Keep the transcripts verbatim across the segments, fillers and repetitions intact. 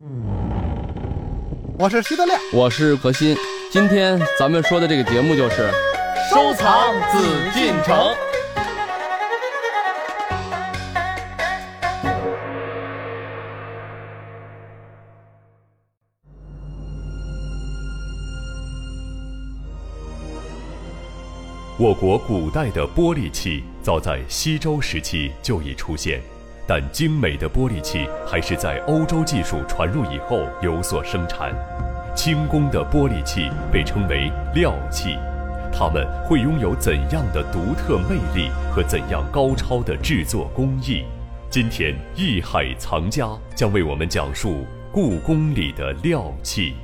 我是徐德亮， 我是何鑫。今天咱们说的这个节目就是收藏紫禁城。 我国古代的玻璃器早在西周时期就已出现，但精美的玻璃器还是在欧洲技术传入以后有所生产。轻工的玻璃器被称为料器，它们会拥有怎样的独特魅力和怎样高超的制作工艺？今天艺海藏家将为我们讲述故宫里的料器。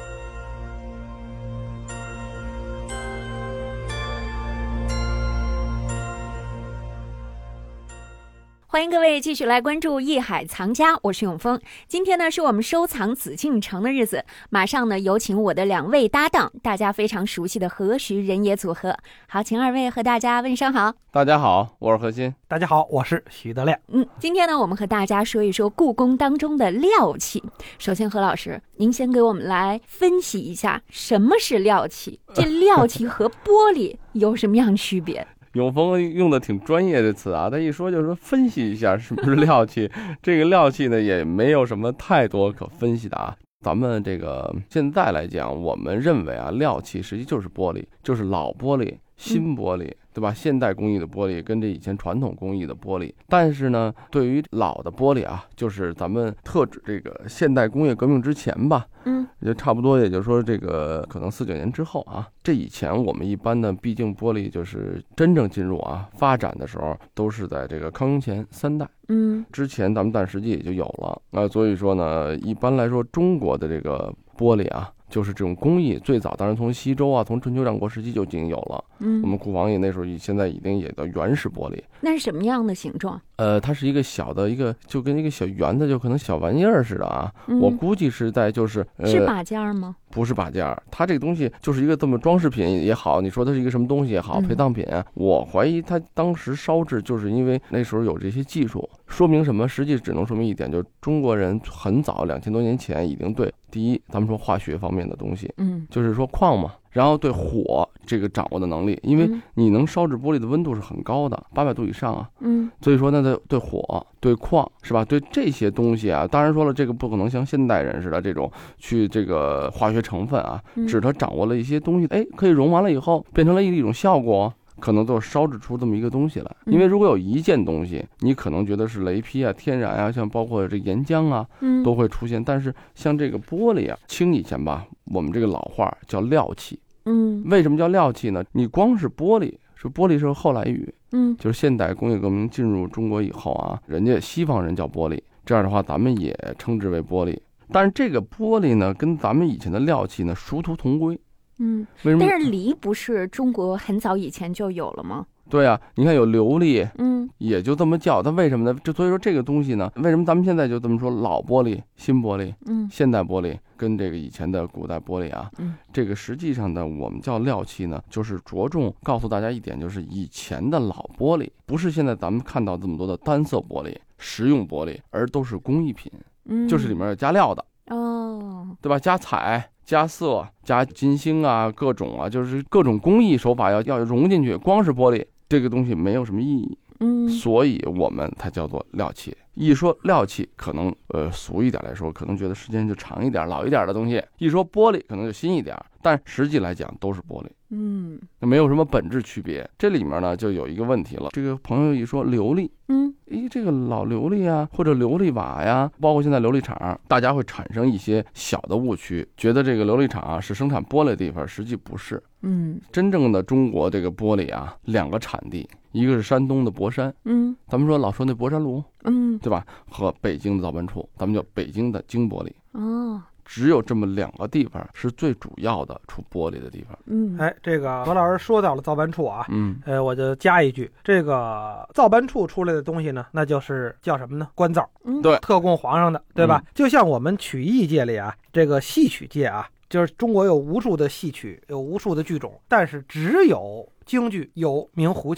欢迎各位继续来关注艺海藏家，我是永峰。今天呢是我们收藏紫禁城的日子，马上呢有请我的两位搭档，大家非常熟悉的何徐人也组合。好，请二位和大家问声好。 大家好，我是何鑫。 大家好，我是徐德亮。 嗯，今天呢我们和大家说一说故宫当中的料器。首先何老师，您先给我们来分析一下什么是料器，这料器和玻璃有什么样的区别？ 永峰用的挺专业的词啊，他一说就是说分析一下什么是料器。这个料器呢也没有什么太多可分析的啊。咱们这个现在来讲，我们认为啊，料器实际就是玻璃，就是老玻璃、新玻璃，对吧？现代工艺的玻璃跟这以前传统工艺的玻璃，但是呢，对于老的玻璃啊，就是咱们特指这个现代工业革命之前吧，嗯，也差不多，也就是说这个可能四九年之后啊，这以前我们一般呢，毕竟玻璃就是真正进入啊发展的时候，都是在这个康雍乾三代。嗯，之前咱们但实际也就有了，那所以说呢，一般来说中国的这个玻璃啊，就是这种工艺最早当然从西周啊，从春秋战国时期就已经有了。嗯，我们库房里那时候现在已经也叫原始玻璃。 那是什么样的形状？ 呃，它是一个小的一个，就跟一个小圆的，就可能小玩意儿似的啊。嗯、我估计是在就是、呃、 是把件吗？ 不是把件，它这个东西就是一个这么装饰品也好，你说它是一个什么东西也好，陪葬品啊，嗯、我怀疑它当时烧制就是因为那时候有这些技术，说明什么？实际只能说明一点，就是中国人很早两千多年前已经对第一，咱们说化学方面的东西，嗯，就是说矿嘛。然后对火这个掌握的能力，因为你能烧制玻璃的温度是很高的，八百度以上啊，嗯，所以说呢，对火、对矿是吧？对这些东西啊，当然说了，这个不可能像现代人似的这种去这个化学成分啊，只他掌握了一些东西，哎，可以融完了以后变成了一种效果。可能都是烧制出这么一个东西来，因为如果有一件东西，你可能觉得是雷劈啊、天然啊，像包括这岩浆啊，都会出现。但是像这个玻璃啊，清以前吧，我们这个老话叫料器。嗯，为什么叫料器呢？你光是玻璃，是玻璃是后来语，嗯，就是现代工业革命进入中国以后啊，人家西方人叫玻璃，这样的话咱们也称之为玻璃。但是这个玻璃呢，跟咱们以前的料器呢殊途同归。 嗯，为什么？但是梨不是中国很早以前就有了吗？ 对啊，你看有琉璃，嗯，也就这么叫它。为什么呢？这所以说这个东西呢，为什么咱们现在就这么说老玻璃、新玻璃，嗯，现代玻璃跟这个以前的古代玻璃啊，嗯，这个实际上呢，我们叫料器呢，就是着重告诉大家一点，就是以前的老玻璃不是现在咱们看到这么多的单色玻璃、实用玻璃，而都是工艺品，嗯，就是里面有加料的，哦，对吧？加彩。加色、加金星啊，各种啊，就是各种工艺手法要要融进去。光是玻璃这个东西没有什么意义，嗯，所以我们才叫做料器。一说料器，可能呃俗一点来说，可能觉得时间就长一点、老一点的东西；一说玻璃，可能就新一点，但实际来讲都是玻璃，嗯，没有什么本质区别。这里面呢就有一个问题了。这个朋友一说琉璃，嗯，诶，这个老琉璃啊，或者琉璃瓦呀，包括现在琉璃厂，大家会产生一些小的误区，觉得这个琉璃厂啊是生产玻璃的地方，实际不是。嗯，真正的中国这个玻璃啊，两个产地，一个是山东的博山，嗯，咱们说老说那博山炉，嗯，对吧？和北京的造办处，咱们叫北京的京玻璃。哦，只有这么两个地方是最主要的出玻璃的地方。 嗯，哎，这个何老师说到了造办处啊，嗯，呃，我就加一句，这个造办处出来的东西呢，那就是叫什么呢？官造，嗯，对，特供皇上的，对吧？嗯、就像我们曲艺界里啊，这个戏曲界啊。就是中国有无数的戏曲，有无数的剧种，但是只有京剧有名胡琴儿，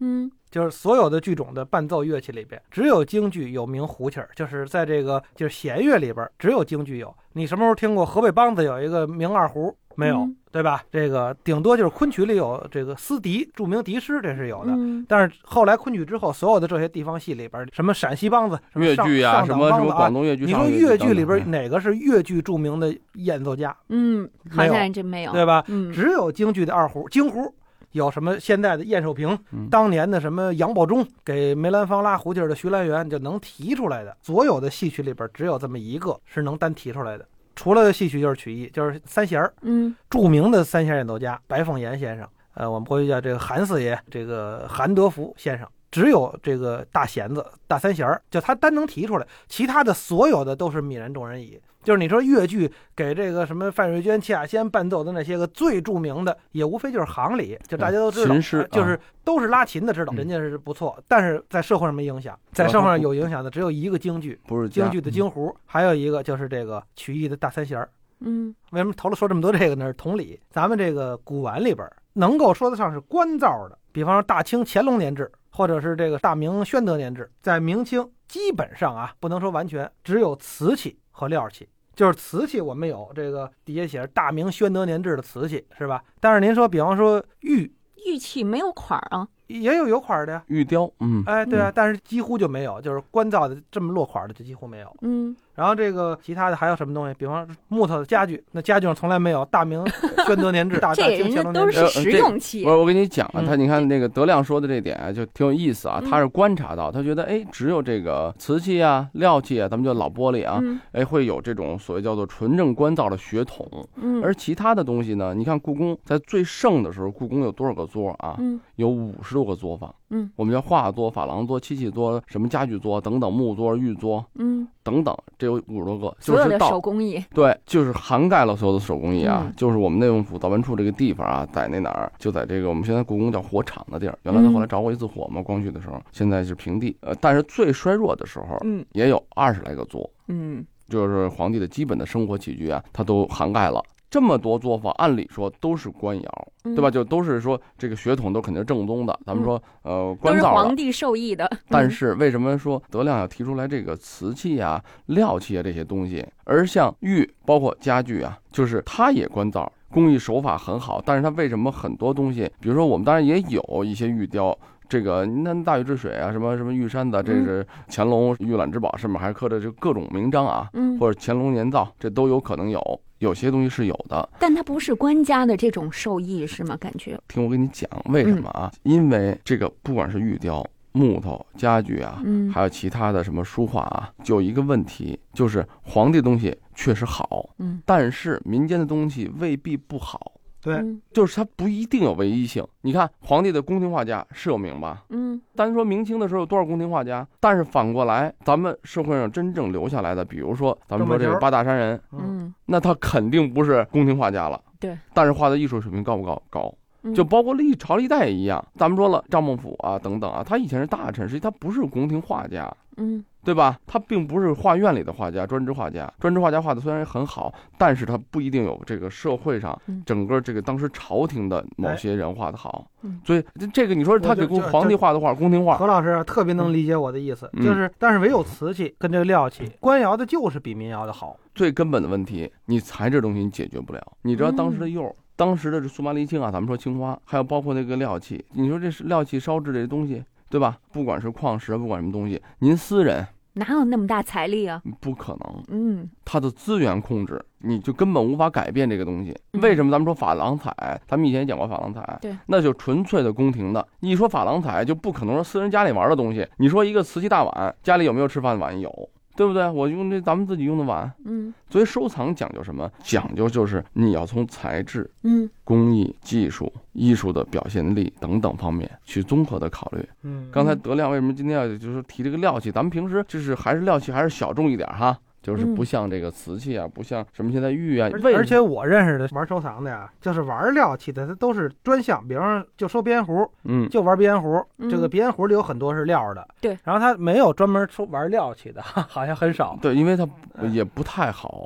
嗯，就是所有的剧种的伴奏乐器里边，只有京剧有名胡琴儿，就是在这个就是弦乐里边，只有京剧有。你什么时候听过河北梆子有一个名二胡？没有，嗯、对吧？这个顶多就是昆曲里有这个司笛，著名笛师，这是有的。嗯、但是后来昆曲之后，所有的这些地方戏里边，什么陕西梆子、什么粤剧呀、啊，什么什么广东粤剧， 你说粤剧里边哪个是粤剧著名的演奏家？ 嗯，好像真没有， 对吧？ 嗯， 只有京剧的二胡、京胡。有什么现在的晏寿平，嗯、当年的什么杨宝忠给梅兰芳拉胡琴的徐兰元，就能提出来的。所有的戏曲里边，只有这么一个是能单提出来的。除了戏曲就是曲艺，就是三弦儿。嗯，著名的三弦演奏家白凤岩先生，呃，我们过去叫这个韩四爷，这个韩德福先生，只有这个大弦子、大三弦儿，就他单能提出来，其他的所有的都是泯然众人矣。就是你说粤剧给这个什么范瑞娟、戚雅仙伴奏的那些个最著名的，也无非就是行里，就大家都知道， 嗯、 就是都是拉琴的知道，嗯、人家是不错，但是在社会上没影响，在社会上有影响的只有一个京剧， 不是京剧的京胡，嗯、还有一个就是这个曲艺的大三弦儿。 嗯， 为什么头了说这么多这个呢？同理，咱们这个古玩里边能够说得上是官造的，比方说大清乾隆年制，或者是这个大明宣德年制，在明清基本上啊，不能说完全，只有瓷器和料器。就是瓷器我们有这个底下写着大明宣德年制的瓷器，是吧？但是您说比方说玉玉器没有款啊， 也有有款的呀， 玉雕，嗯， 哎，对啊，嗯、但是几乎就没有，就是官造的这么落款的就几乎没有。 嗯， 然后这个其他的还有什么东西？比方木头的家具，那家具上从来没有大明宣德年制、大大清乾隆年制， 这都是实用器。 我我跟你讲啊，他你看那个德亮说的这点啊，就挺有意思啊。他是观察到，他觉得哎，只有这个瓷器啊、料器啊，咱们叫老玻璃啊，哎，会有这种所谓叫做纯正官造的血统。嗯，而其他的东西呢，你看故宫在最盛的时候，故宫有多少个座啊？嗯，有五十多个作坊。嗯，我们叫画作、珐琅作、漆器作、什么家具作等等，木作、玉作，嗯，等等，这有五十多个， 所有的手工艺， 对，就是涵盖了所有的手工艺啊。嗯、就是我们内务府造办处这个地方啊，在那哪儿，就在这个我们现在故宫叫火场的地儿。原来他后来着过一次火嘛，光绪的时候，现在是平地。呃，但是最衰弱的时候，嗯，也有二十来个作，嗯，就是皇帝的基本的生活起居啊，它都涵盖了。这么多作坊，按理说都是官窑，对吧？就都是说这个血统都肯定是正宗的。咱们说，呃，官造的， 都是皇帝授意的。 但是为什么说德亮要提出来这个瓷器啊、料器啊这些东西？而像玉，包括家具啊，就是它也官造，工艺手法很好。但是它为什么很多东西，比如说我们当然也有一些玉雕。这个那大禹治水啊，什么什么玉山的，这是乾隆御览之宝，上面还刻着就各种名章啊，嗯，或者乾隆年造，这都有可能有，有些东西是有的。 但它不是官家的这种授意是吗？感觉？ 听我跟你讲，为什么啊？嗯、因为这个不管是玉雕、木头、家具啊，嗯，还有其他的什么书画啊，就有一个问题，就是皇帝的东西确实好，嗯，但是民间的东西未必不好。 对， 就是它不一定有唯一性。你看皇帝的宫廷画家是有名吧？嗯，单说明清的时候有多少宫廷画家，但是反过来，咱们社会上真正留下来的，比如说咱们说这个八大山人，嗯，那他肯定不是宫廷画家了。 对， 但是画的艺术水平高不高？高。就包括历朝历代也一样，咱们说了赵孟頫啊等等啊，他以前是大臣，实际他不是宫廷画家，嗯，对吧？他并不是画院里的画家，专职画家，专职画家画的虽然很好，但是他不一定有这个社会上整个这个当时朝廷的某些人画的好，嗯、所以这个你说他给皇帝画的画，宫廷画， 何老师特别能理解我的意思，嗯、就是但是唯有瓷器跟这个料器，官窑的就是比民窑的好。 最根本的问题，你材质东西你解决不了，你知道当时的釉。嗯当时的苏麻离青啊，咱们说青花，还有包括那个料器，你说这是料器烧制这些东西，对吧？不管是矿石，不管什么东西，您私人哪有那么大财力啊？ 不可能，嗯，他的资源控制，你就根本无法改变这个东西。为什么咱们说珐琅彩？咱们以前也讲过珐琅彩， 对， 那就纯粹的宫廷的。一说珐琅彩，就不可能说私人家里玩的东西。你说一个瓷器大碗，家里有没有吃饭的碗？有。对不对？我用这咱们自己用的碗，嗯，所以收藏讲究什么？讲究就是你要从材质、嗯、工艺、技术、艺术的表现力等等方面去综合的考虑。嗯，刚才德亮为什么今天要就是提这个料器？咱们平时就是还是料器还是小众一点哈。就是不像这个瓷器啊，嗯、不像什么现在玉啊， 而且我认识的玩收藏的呀，就是玩料器的，它都是专项，比方说就收鼻烟壶，嗯，就玩鼻烟壶，嗯、这个鼻烟壶里有很多是料的， 对， 然后他没有专门收玩料器的，好像很少， 对，因为它也不太好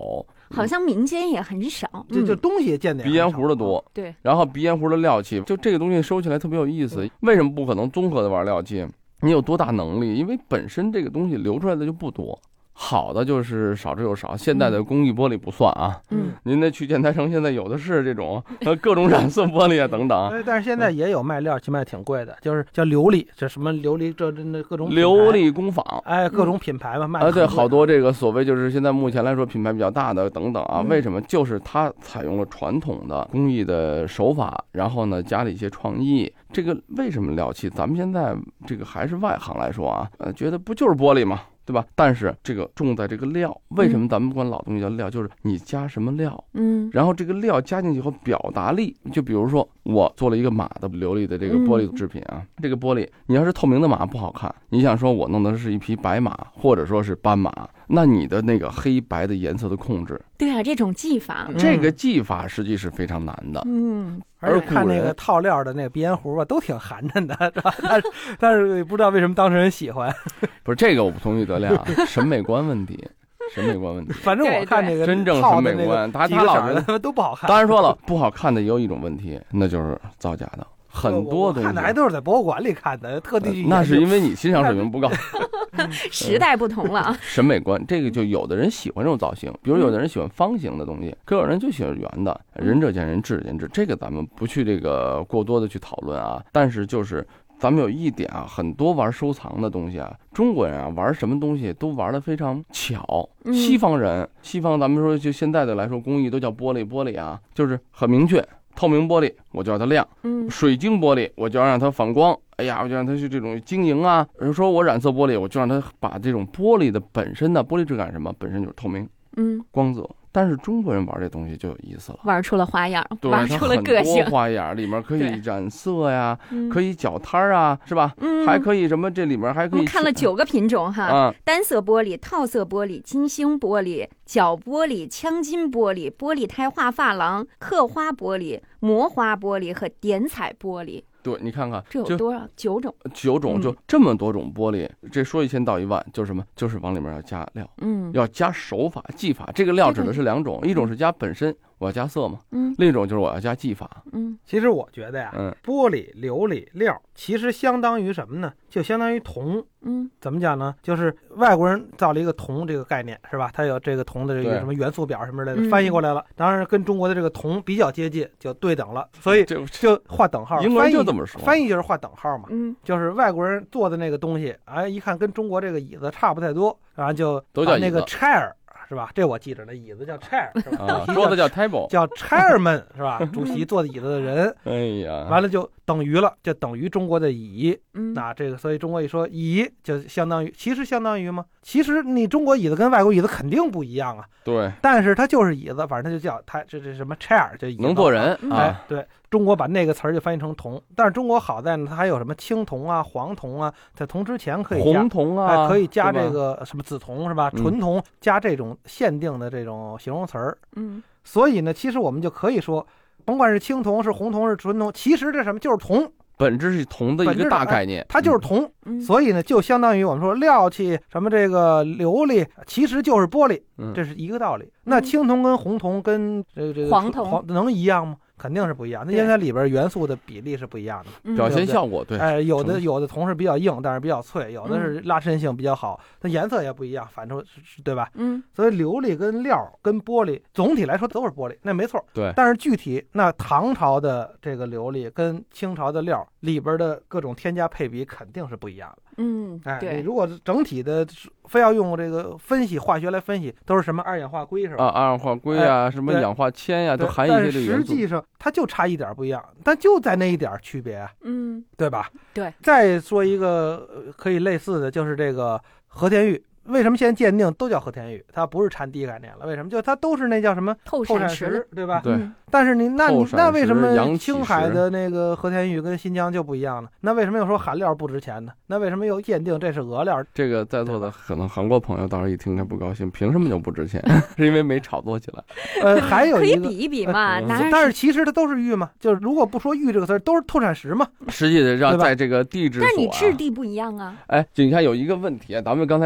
好像民间也很少， 就就东西见的鼻烟壶的多， 对， 然后鼻烟壶的料器，就这个东西收起来特别有意思。为什么不可能综合的玩料器？你有多大能力？因为本身这个东西流出来的就不多。好的就是少之又少，现代的工艺玻璃不算啊。嗯，您那去建材城现在有的是这种呃各种染色玻璃啊等等。 但是现在也有卖料，其实卖挺贵的，就是叫琉璃，这什么琉璃，这这那各种琉璃工坊， 哎，各种品牌嘛，卖啊对，好多这个所谓就是现在目前来说品牌比较大的等等啊， 嗯、 为什么？就是它采用了传统的工艺的手法，然后呢加了一些创意。这个为什么料器？咱们现在这个还是外行来说啊，呃，觉得不就是玻璃吗？对吧？但是这个重在这个料，为什么咱们不管老东西叫料？就是你加什么料，嗯，然后这个料加进去以后表达力，就比如说我做了一个马的琉璃的这个玻璃制品啊，嗯、这个玻璃你要是透明的马不好看，你想说我弄的是一匹白马或者说是斑马，那你的那个黑白的颜色的控制， 对啊，这种技法， 这个技法实际是非常难的， 嗯。 而且看那个套料的那个鼻烟壶吧，都挺寒碜的，是吧？但是但是不知道为什么当事人喜欢。 不是这个我不同意德亮，审美观问题，审美观问题。 反正我看这个真正审美观，他他老觉得都不好看。 当然说了，不好看的也有一种问题，那就是造假的。很多东西看的还都是在博物馆里看的，特地去、呃。 那是因为你欣赏水平不高， 时代不同了。 审美观这个就有的人喜欢这种造型，比如有的人喜欢方形的东西，可有人就喜欢圆的，仁者见仁，智者见智。这个咱们不去这个过多的去讨论啊。但是就是咱们有一点啊，很多玩收藏的东西啊，中国人啊玩什么东西都玩得非常巧。西方人，西方咱们说就现在的来说，工艺都叫玻璃，玻璃啊，就是很明确。透明玻璃我就让它亮，嗯，水晶玻璃我就要让它反光，哎呀，我就让它去这种晶莹啊。比如说我染色玻璃，我就让它把这种玻璃的本身的玻璃质感什么本身就是透明，嗯，光泽。但是中国人玩这东西就有意思了， 玩出了花样，玩出了个性， 很多花样，里面可以染色呀，可以搅摊啊，是吧？嗯，还可以什么？这里面还可以。 我们看了九个品种哈， 啊， 单色玻璃、套色玻璃、金星玻璃、角玻璃、镶金玻璃、玻璃胎画珐琅、刻花玻璃、磨花玻璃和点彩玻璃。 对，你看看这有多少？九种， 九种，就这么多种玻璃，嗯、这说一千道一万，就是什么？就是往里面要加料，嗯，要加手法、技法。这个料指的是两种，一种是加本身，我要加色嘛，嗯，另一种就是我要加技法， 嗯。其实我觉得呀，嗯，玻璃、琉璃、料，其实相当于什么呢？就相当于铜，嗯，怎么讲呢？就是外国人造了一个铜这个概念，是吧？它有这个铜的这个什么元素表什么之类的，翻译过来了，当然跟中国的这个铜比较接近，就对等了，所以就画等号。 英文就这么说， 翻译就是画等号嘛，嗯，就是外国人做的那个东西，哎，一看跟中国这个椅子差不太多，然后就把那个 chair。是吧？这我记着呢，椅子叫 chair， 是吧？ 啊，桌子叫 table， 叫 chairman， 是吧？主席坐的椅子的人。 哎呀， 完了就等于了，就等于中国的椅。嗯，那这个，所以中国一说椅，就相当于，其实相当于吗？其实你中国椅子跟外国椅子肯定不一样啊。 对。但是它就是椅子，反正它就叫它这这什么 chair， 就椅子能坐人。 哎，啊、对。中国把那个词儿就翻译成铜，但是中国好在呢，它还有什么青铜啊、黄铜啊，在铜之前可以加红铜啊， 哎、可以加这个什么紫铜是吧？纯铜、嗯、加这种限定的这种形容词儿。嗯，所以呢，其实我们就可以说，甭管是青铜、是红铜、是纯铜，其实这什么就是铜。 本质是铜的一个大概念， 它就是铜，嗯、所以呢，就相当于我们说料器什么这个琉璃，其实就是玻璃，嗯、这是一个道理。嗯、那青铜跟红铜跟这个这个黄铜能一样吗？肯定是不一样，那因为它里边元素的比例是不一样的， 嗯、表现效果对。 哎，有的有的铜是比较硬，但是比较脆；有的是拉伸性比较好，它颜色也不一样，反正对吧？嗯。所以琉璃跟料跟玻璃总体来说都是玻璃，那没错。 对。 但是具体那唐朝的这个琉璃跟清朝的料里边的各种添加配比肯定是不一样的。 嗯， 哎， 对。 如果整体的非要用这个分析化学来分析，都是什么二氧化硅是吧？ 啊，二氧化硅啊，哎、什么氧化铅呀、啊，都含一些这个元素。 但实际上它就差一点不一样，但就在那一点区别啊， 嗯， 对吧？ 对。 再说一个可以类似的，就是这个和田玉。为什么现在鉴定都叫和田玉？它不是产地概念了，为什么？就它都是那叫什么透产石，对吧？ 对。 但是你那你那为什么青海的那个和田玉跟新疆就不一样呢？那为什么又说韩料不值钱呢？那为什么又鉴定这是俄料？ 这个在座的可能韩国朋友到时候一听应该不高兴，凭什么就不值钱？是因为没炒作起来。 呃，还有一个可以比一比嘛， 呃、但是其实它都是玉嘛，就是如果不说玉这个词儿，都是透产石嘛。 实际的让在这个地质所、啊， 但你质地不一样啊。 哎，就你看有一个问题啊，咱们刚才说的这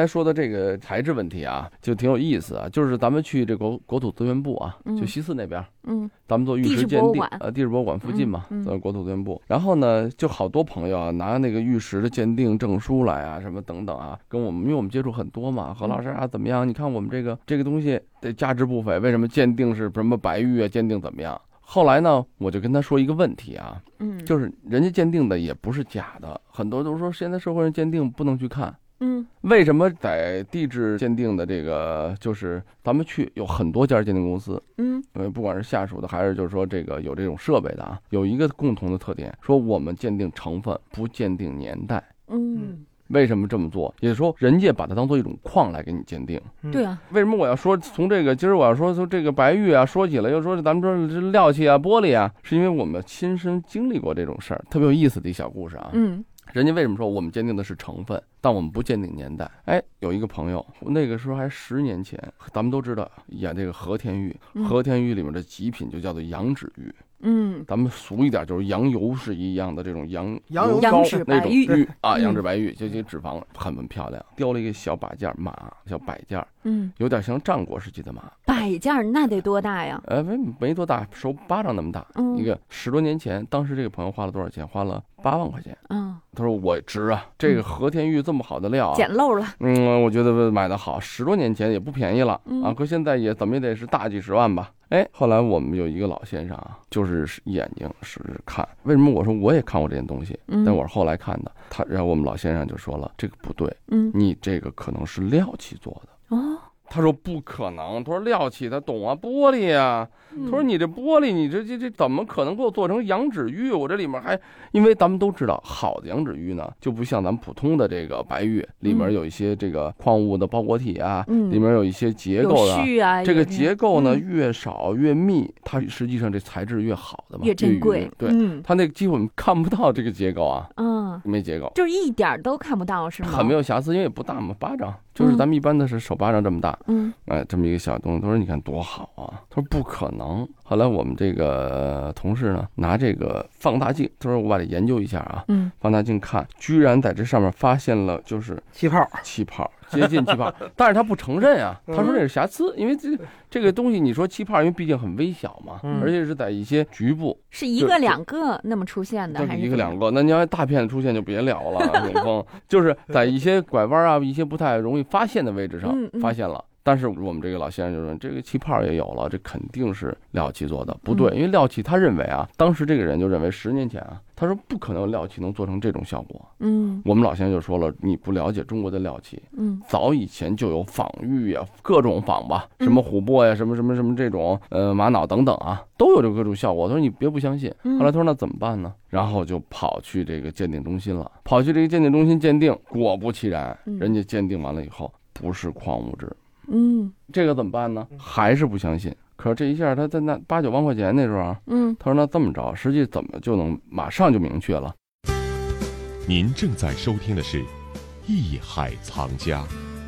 这个材质问题啊，就挺有意思啊。就是咱们去这国国土资源部啊，就西四那边，嗯，咱们做玉石鉴定，呃，地质博物馆附近嘛，在国土资源部。然后呢，就好多朋友啊，拿那个玉石的鉴定证书来啊，什么等等啊，跟我们，因为我们接触很多嘛，何老师啊，怎么样？你看我们这个这个东西的价值不菲，为什么鉴定是什么白玉啊？鉴定怎么样？后来呢，我就跟他说一个问题啊，嗯，就是人家鉴定的也不是假的，很多都说现在社会上鉴定不能去看，嗯，为什么在地质鉴定的这个，就是咱们去有很多家鉴定公司，嗯，呃，不管是下属的还是就是说这个有这种设备的啊，有一个共同的特点，说我们鉴定成分不鉴定年代，嗯。为什么这么做？也就是说，人家把它当做一种矿来给你鉴定。 对啊。 为什么我要说从这个？今儿我要说从这个白玉啊，说起来又说咱们说这料器啊、玻璃啊，是因为我们亲身经历过这种事儿，特别有意思的一小故事啊。嗯。人家为什么说我们鉴定的是成分，但我们不鉴定年代？哎，有一个朋友，那个时候还十年前，咱们都知道演这个和田玉，和田玉里面的极品就叫做羊脂玉。嗯，咱们俗一点就是羊油是一样的这种羊羊油膏那种玉啊，羊脂白玉，这些脂肪很很漂亮，雕了一个小摆件马，小摆件，嗯，有点像战国时期的马。 摆件那得多大呀？ 呃，没没多大，手巴掌那么大。嗯，一个十多年前，当时这个朋友花了多少钱？花了八万块钱。嗯，他说我值啊，这个和田玉这么好的料啊， 捡漏了。 嗯，我觉得买的好，十多年前也不便宜了啊，可现在也怎么也得是大几十万吧。哎，后来我们有一个老先生啊，就是眼睛是看，为什么我说我也看过这件东西，但我是后来看的。他，然后我们老先生就说了，这个不对，嗯，你这个可能是料器做的。哦。他说不可能，他说料器他懂啊，玻璃啊，他说你这玻璃，你这这这怎么可能给我做成羊脂玉？我这里面还，因为咱们都知道，好的羊脂玉呢，就不像咱们普通的这个白玉，里面有一些这个矿物的包裹体啊，嗯、里面有一些结构的， 啊、 这个结构呢、嗯、越少越密，它实际上这材质越好的嘛， 越珍贵。 对，嗯、它那个几乎我们看不到这个结构啊，嗯，没结构， 就是一点都看不到，是吗？ 很没有瑕疵，因为也不大嘛，巴掌。就是咱们一般的是手巴掌这么大，嗯，哎，这么一个小东西，他说你看多好啊，他说不可能。后来我们这个同事呢，拿这个放大镜，他说我把它研究一下啊，嗯，放大镜看，居然在这上面发现了就是气泡， 气泡接近气泡，但是他不承认啊，他说这是瑕疵，因为这这个东西你说气泡，因为毕竟很微小嘛，嗯、而且是在一些局部， 是一个两个那么出现的，还是一个两个？那你要大片出现就别聊了，永峰就是在一些拐弯啊，一些不太容易发现的位置上发现了。嗯嗯，但是我们这个老先生就说，这个气泡也有了，这肯定是料器做的，不对，因为料器他认为啊，当时这个人就认为十年前啊，他说不可能料器能做成这种效果。嗯，我们老先生就说了，你不了解中国的料器，嗯，早以前就有仿玉呀，各种仿吧，什么琥珀呀，什么什么什么这种呃玛瑙等等啊，都有这各种效果。他说你别不相信。后来他说那怎么办呢？然后就跑去这个鉴定中心了，跑去这个鉴定中心鉴定，果不其然，人家鉴定完了以后不是矿物质。嗯，这个怎么办呢？还是不相信。可是这一下他在那八九万块钱那时候，嗯，他说那这么着，实际怎么就能马上就明确了？ 您正在收听的是《艺海藏家》。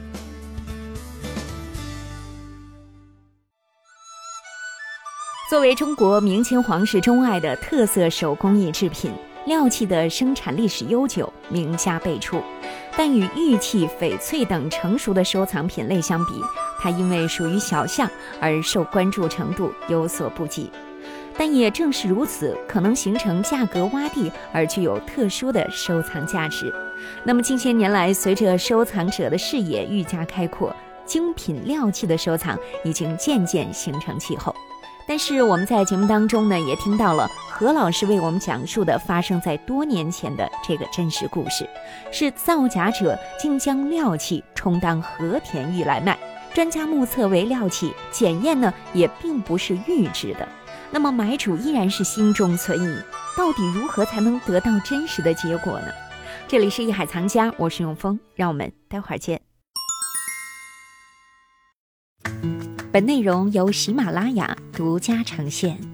作为中国明清皇室钟爱的特色手工艺制品，料器的生产历史悠久，名家辈出。但与玉器、翡翠等成熟的收藏品类相比，它因为属于小项而受关注程度有所不及。但也正是如此，可能形成价格洼地而具有特殊的收藏价值。那么近些年来，随着收藏者的视野愈加开阔，精品料器的收藏已经渐渐形成气候。但是我们在节目当中呢，也听到了何老师为我们讲述的发生在多年前的这个真实故事，是造假者竟将料器充当和田玉来卖，专家目测为料器，检验呢也并不是玉制的。那么买主依然是心中存疑，到底如何才能得到真实的结果呢？这里是艺海藏家，我是永峰，让我们待会儿见。本内容由喜马拉雅独家呈现。